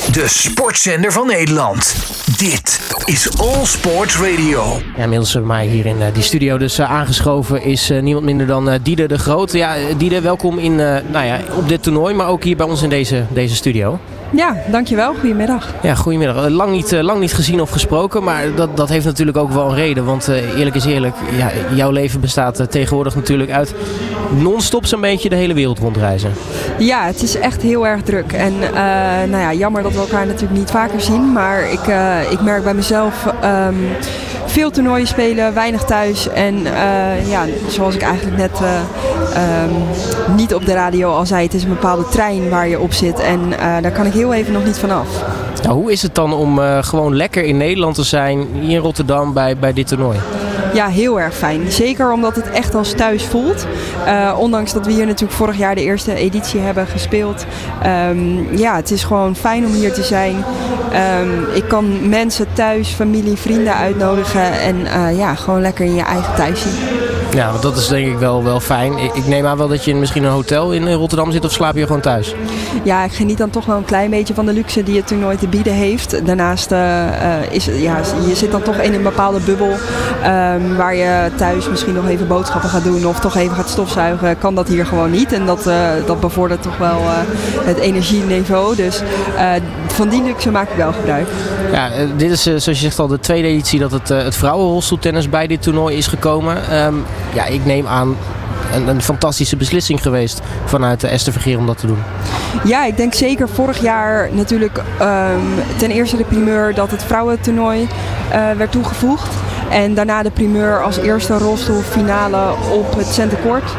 De sportzender van Nederland. Dit is All Sports Radio. Ja, inmiddels bij mij hier in die studio dus aangeschoven is niemand minder dan Diede de Groot. Ja, Diede, welkom op dit toernooi, maar ook hier bij ons in deze studio. Ja, dankjewel. Goedemiddag. Ja, goedemiddag. Lang niet gezien of gesproken, maar dat heeft natuurlijk ook wel een reden. Want eerlijk is eerlijk, ja, jouw leven bestaat tegenwoordig natuurlijk uit non-stop zo'n beetje de hele wereld rondreizen. Ja, het is echt heel erg druk. En jammer dat we elkaar natuurlijk niet vaker zien. Maar ik merk bij mezelf veel toernooien spelen, weinig thuis. En zoals ik eigenlijk net niet op de radio al zei, het is een bepaalde trein waar je op zit. En daar kan ik heel even nog niet vanaf. Nou, hoe is het dan om gewoon lekker in Nederland te zijn, hier in Rotterdam bij dit toernooi? Ja, heel erg fijn. Zeker omdat het echt als thuis voelt. Ondanks dat we hier natuurlijk vorig jaar de eerste editie hebben gespeeld. Het is gewoon fijn om hier te zijn. Ik kan mensen thuis, familie, vrienden uitnodigen. En gewoon lekker in je eigen thuis zien. Ja, want dat is denk ik wel fijn. Ik neem aan wel dat je misschien in een hotel in Rotterdam zit of slaap je gewoon thuis? Ja, ik geniet dan toch wel een klein beetje van de luxe die het toernooi te bieden heeft. Daarnaast je zit dan toch in een bepaalde bubbel waar je thuis misschien nog even boodschappen gaat doen of toch even gaat stofzuigen. Kan dat hier gewoon niet en dat bevordert toch wel het energieniveau. Dus van die luxe maak ik wel gebruik. Ja, dit is zoals je zegt al de tweede editie dat het vrouwenrolstoeltennis bij dit toernooi is gekomen. Ik neem aan een fantastische beslissing geweest vanuit Esther Vergeer om dat te doen. Ja, ik denk zeker vorig jaar natuurlijk ten eerste de primeur dat het vrouwentoernooi werd toegevoegd. En daarna de primeur als eerste rolstoelfinale op het Centercourt.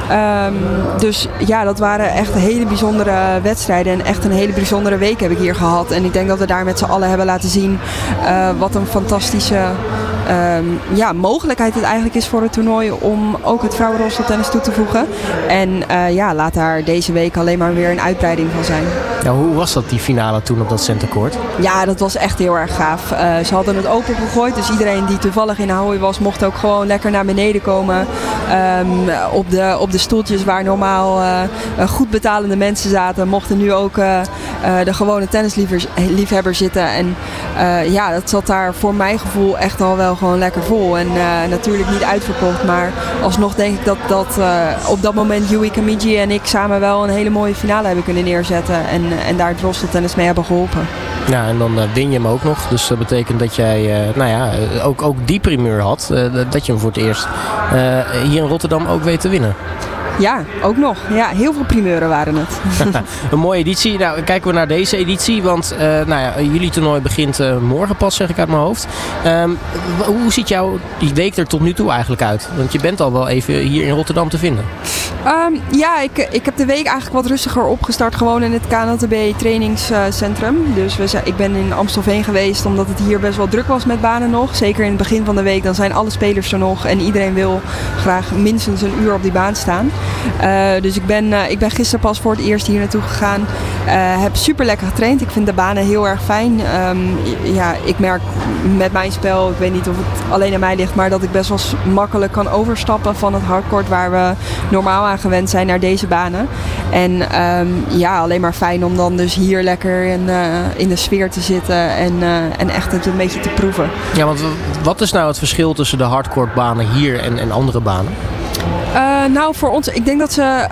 Dat waren echt hele bijzondere wedstrijden en echt een hele bijzondere week heb ik hier gehad. En ik denk dat we daar met z'n allen hebben laten zien wat een fantastische mogelijkheid het eigenlijk is voor het toernooi om ook het vrouwenrolstoeltennis toe te voegen. En laat daar deze week alleen maar weer een uitbreiding van zijn. Ja, hoe was dat, die finale toen op dat Centercourt? Ja, dat was echt heel erg gaaf. Ze hadden het open gegooid, dus iedereen die toevallig in Ahoy was, mocht ook gewoon lekker naar beneden komen. Op de stoeltjes waar normaal goed betalende mensen zaten, mochten nu ook de gewone tennisliefhebbers zitten. En dat zat daar voor mijn gevoel echt al wel gewoon lekker vol. En natuurlijk niet uitverkocht, maar alsnog denk ik dat op dat moment Yui Kamiji en ik samen wel een hele mooie finale hebben kunnen neerzetten. En daar het rolstoeltennis mee hebben geholpen. Ja, en dan win je hem ook nog. Dus dat betekent dat jij ook die primeur had. Dat je hem voor het eerst hier in Rotterdam ook weet te winnen. Ja, ook nog. Ja, heel veel primeuren waren het. Een mooie editie. Nou, kijken we naar deze editie. Want jullie toernooi begint morgen pas, zeg ik uit mijn hoofd. Hoe ziet jouw week er tot nu toe eigenlijk uit? Want je bent al wel even hier in Rotterdam te vinden. Ik heb de week eigenlijk wat rustiger opgestart. Gewoon in het KNLTB trainingscentrum. Dus ik ben in Amstelveen geweest omdat het hier best wel druk was met banen nog. Zeker in het begin van de week. Dan zijn alle spelers er nog. En iedereen wil graag minstens een uur op die baan staan. Dus ik ben gisteren pas voor het eerst hier naartoe gegaan. Heb super lekker getraind. Ik vind de banen heel erg fijn. Ik merk met mijn spel, ik weet niet of het alleen aan mij ligt, maar dat ik best wel makkelijk kan overstappen van het hardcourt waar we normaal aan gewend zijn naar deze banen. En alleen maar fijn om dan dus hier lekker in de sfeer te zitten en echt het een beetje te proeven. Ja, want wat is nou het verschil tussen de hardcourtbanen hier en andere banen? Voor ons, ik denk dat ze,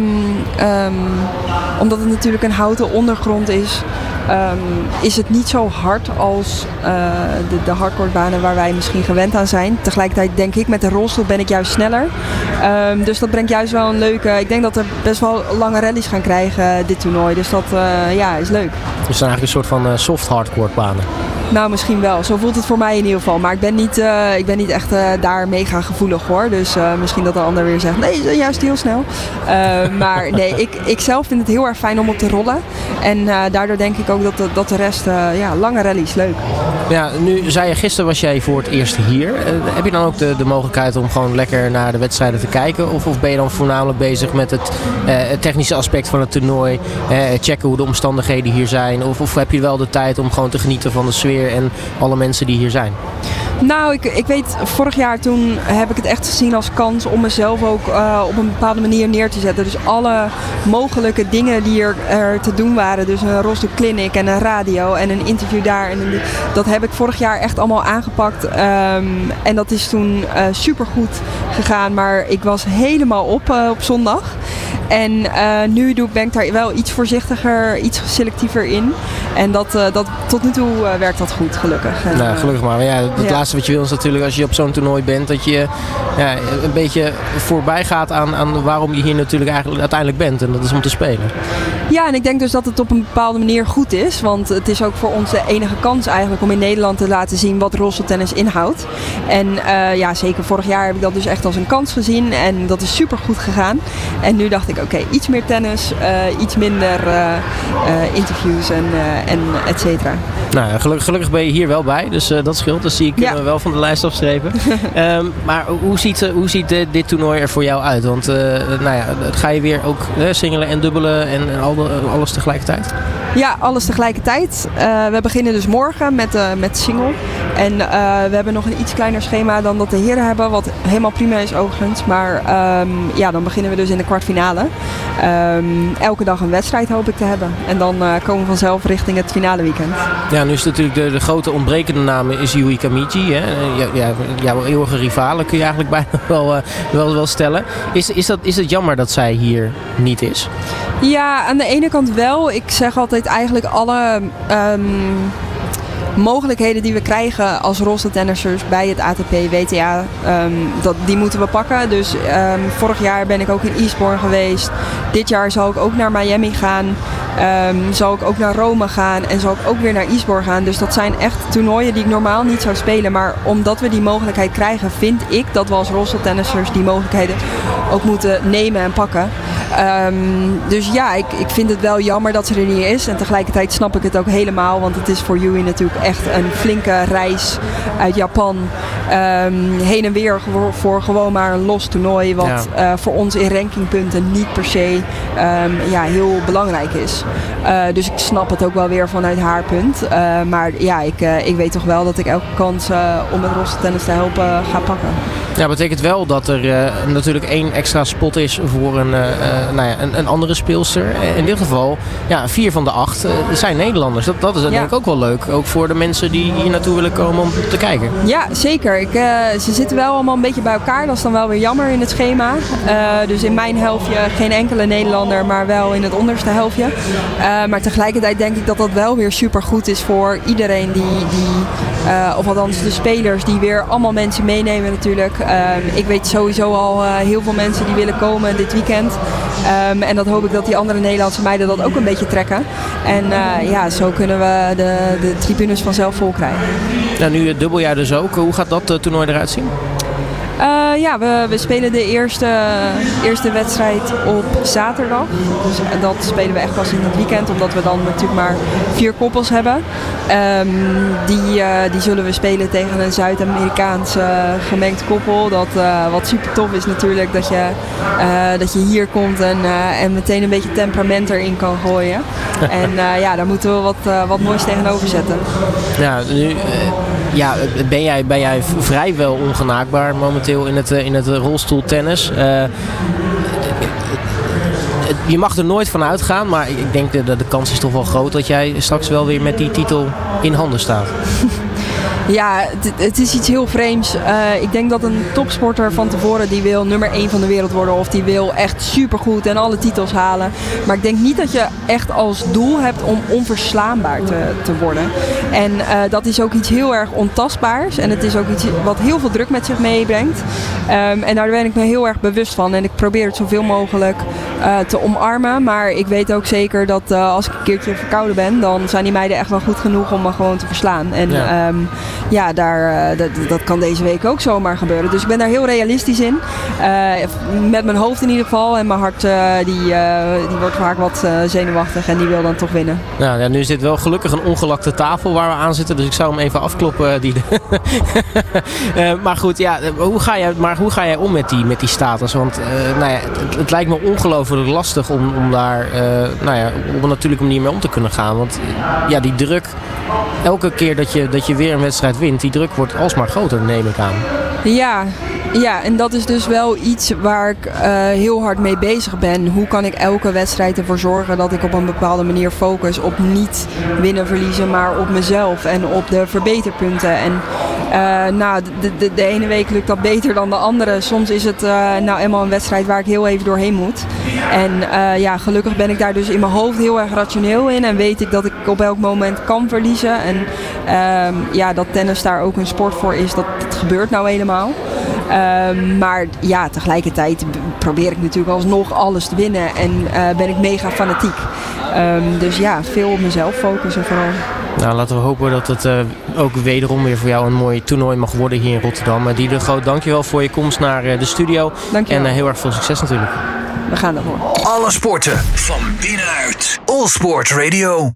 omdat het natuurlijk een houten ondergrond is het niet zo hard als de hardcourtbanen waar wij misschien gewend aan zijn. Tegelijkertijd denk ik, met de rolstoel ben ik juist sneller. Dus dat brengt juist wel een leuke. Ik denk dat we best wel lange rallies gaan krijgen dit toernooi. Dus dat is leuk. Dus het zijn eigenlijk een soort van soft hardcourtbanen. Nou, misschien wel. Zo voelt het voor mij in ieder geval. Maar ik ben niet echt daar mega gevoelig hoor. Dus misschien dat de ander weer zegt, nee, juist heel snel. Maar nee, ik zelf vind het heel erg fijn om op te rollen. En daardoor denk ik ook dat de rest, lange rallies, leuk. Ja, nu zei je, gisteren was jij voor het eerst hier. Heb je dan ook de mogelijkheid om gewoon lekker naar de wedstrijden te kijken? Of ben je dan voornamelijk bezig met het technische aspect van het toernooi? Checken hoe de omstandigheden hier zijn? Of heb je wel de tijd om gewoon te genieten van de sfeer en alle mensen die hier zijn? Nou, ik weet, vorig jaar toen heb ik het echt gezien als kans om mezelf ook op een bepaalde manier neer te zetten. Dus alle mogelijke dingen die er te doen waren. Dus een Rosdok Clinic en een radio en een interview daar. Dat heb ik vorig jaar echt allemaal aangepakt. En dat is toen supergoed gegaan. Maar ik was helemaal op zondag. En nu ben ik daar wel iets voorzichtiger, iets selectiever in. En tot nu toe werkt dat goed, gelukkig. En, nou, gelukkig maar. Ja, het laatste wat je wil is natuurlijk als je op zo'n toernooi bent, dat je een beetje voorbij gaat aan waarom je hier natuurlijk eigenlijk uiteindelijk bent. En dat is om te spelen. Ja, en ik denk dus dat het op een bepaalde manier goed is. Want het is ook voor ons de enige kans eigenlijk om in Nederland te laten zien wat rolstoeltennis inhoudt. En zeker vorig jaar heb ik dat dus echt als een kans gezien. En dat is super goed gegaan. En nu dacht ik, oké, iets meer tennis, iets minder interviews en et cetera. Nou ja, gelukkig ben je hier wel bij, dus dat scheelt. Dus zie ik wel van de lijst afstrepen. Maar hoe ziet dit toernooi er voor jou uit? Want ga je weer ook singelen en dubbelen en alles tegelijkertijd? Ja, alles tegelijkertijd. We beginnen dus morgen met single. En we hebben nog een iets kleiner schema dan dat de heren hebben, wat helemaal prima is overigens. Maar dan beginnen we dus in de kwartfinale. Elke dag een wedstrijd hoop ik te hebben. En dan komen we vanzelf richting het finale weekend. Ja, nu is natuurlijk de grote ontbrekende naam is Yui Kamiji. Hè? Jouw eeuwige rivale kun je eigenlijk bijna wel stellen. Is het jammer dat zij hier niet is? Ja, aan de ene kant wel. Ik zeg altijd eigenlijk alle mogelijkheden die we krijgen als rolstoeltennissers bij het ATP, WTA, die moeten we pakken. Dus vorig jaar ben ik ook in Eastbourne geweest. Dit jaar zal ik ook naar Miami gaan. Zal ik ook naar Rome gaan en zal ik ook weer naar Eastbourne gaan. Dus dat zijn echt toernooien die ik normaal niet zou spelen. Maar omdat we die mogelijkheid krijgen, vind ik dat we als rolstoeltennissers die mogelijkheden ook moeten nemen en pakken. Dus ja, ik vind het wel jammer dat ze er niet is. En tegelijkertijd snap ik het ook helemaal. Want het is voor Yui natuurlijk echt een flinke reis uit Japan. Heen en weer voor gewoon maar een los toernooi. Wat voor ons in rankingpunten niet per se heel belangrijk is. Dus ik snap het ook wel weer vanuit haar punt. Maar ja, ik weet toch wel dat ik elke kans om het rolstoeltennis te helpen ga pakken. Ja, betekent wel dat er natuurlijk 1 extra spot is voor een andere speelster. In dit geval, 4 van de 8 zijn Nederlanders. Dat is denk ik ook wel leuk. Ook voor de mensen die hier naartoe willen komen om te kijken. Ja, zeker. Ze zitten wel allemaal een beetje bij elkaar. Dat is dan wel weer jammer in het schema. Dus in mijn helftje geen enkele Nederlander, maar wel in het onderste helftje. Maar tegelijkertijd denk ik dat dat wel weer super goed is voor iedereen of althans de spelers die weer allemaal mensen meenemen natuurlijk. Ik weet sowieso al heel veel mensen die willen komen dit weekend. En dat hoop ik dat die andere Nederlandse meiden dat ook een beetje trekken. En zo kunnen we de tribunes vanzelf vol krijgen. Nou, nu dubbel jij dus ook. Hoe gaat dat toernooi eruit zien? We spelen de eerste wedstrijd op zaterdag. Dus dat spelen we echt pas in het weekend, omdat we dan natuurlijk maar 4 koppels hebben. Die zullen we spelen tegen een Zuid-Amerikaans gemengd koppel. Wat super tof is natuurlijk, dat je hier komt en meteen een beetje temperament erin kan gooien. En daar moeten we wat moois tegenover zetten. Ja, nu... ben jij vrijwel ongenaakbaar momenteel in het rolstoeltennis. Je mag er nooit van uitgaan, maar ik denk dat de kans is toch wel groot dat jij straks wel weer met die titel in handen staat. Ja, het is iets heel vreemds. Ik denk dat een topsporter van tevoren die wil nummer 1 van de wereld worden of die wil echt supergoed en alle titels halen. Maar ik denk niet dat je echt als doel hebt om onverslaanbaar te worden. En dat is ook iets heel erg ontastbaars en het is ook iets wat heel veel druk met zich meebrengt. En daar ben ik me heel erg bewust van en ik probeer het zoveel mogelijk te omarmen. Maar ik weet ook zeker dat als ik een keertje verkouden ben, dan zijn die meiden echt wel goed genoeg om me gewoon te verslaan. En dat kan deze week ook zomaar gebeuren. Dus ik ben daar heel realistisch in. Met mijn hoofd in ieder geval. En mijn hart die wordt vaak wat zenuwachtig en die wil dan toch winnen. Nou, ja, nu is dit wel gelukkig een ongelakte tafel waar we aan zitten. Dus ik zou hem even afkloppen. Maar goed, hoe ga jij om met die status? Want het lijkt me ongelooflijk lastig om daar op een natuurlijke manier mee om te kunnen gaan. Want die druk elke keer dat je weer een wedstrijd wint, die druk wordt alsmaar groter, neem ik aan. Ja, en dat is dus wel iets waar ik heel hard mee bezig ben. Hoe kan ik elke wedstrijd ervoor zorgen dat ik op een bepaalde manier focus op niet winnen, verliezen, maar op mezelf en op de verbeterpunten. En de ene week lukt dat beter dan de andere. Soms is het eenmaal een wedstrijd waar ik heel even doorheen moet. En gelukkig ben ik daar dus in mijn hoofd heel erg rationeel in. En weet ik dat ik op elk moment kan verliezen. En dat tennis daar ook een sport voor is, dat gebeurt nou helemaal. Maar ja, tegelijkertijd probeer ik natuurlijk alsnog alles te winnen. En ben ik mega fanatiek. Dus ja, veel op mezelf focussen vooral. Nou, laten we hopen dat het ook wederom weer voor jou een mooi toernooi mag worden hier in Rotterdam. Dieder Groot, dankjewel voor je komst naar de studio. Dankjewel. En heel erg veel succes natuurlijk. We gaan ervoor. Alle sporten van binnenuit. All Sport Radio.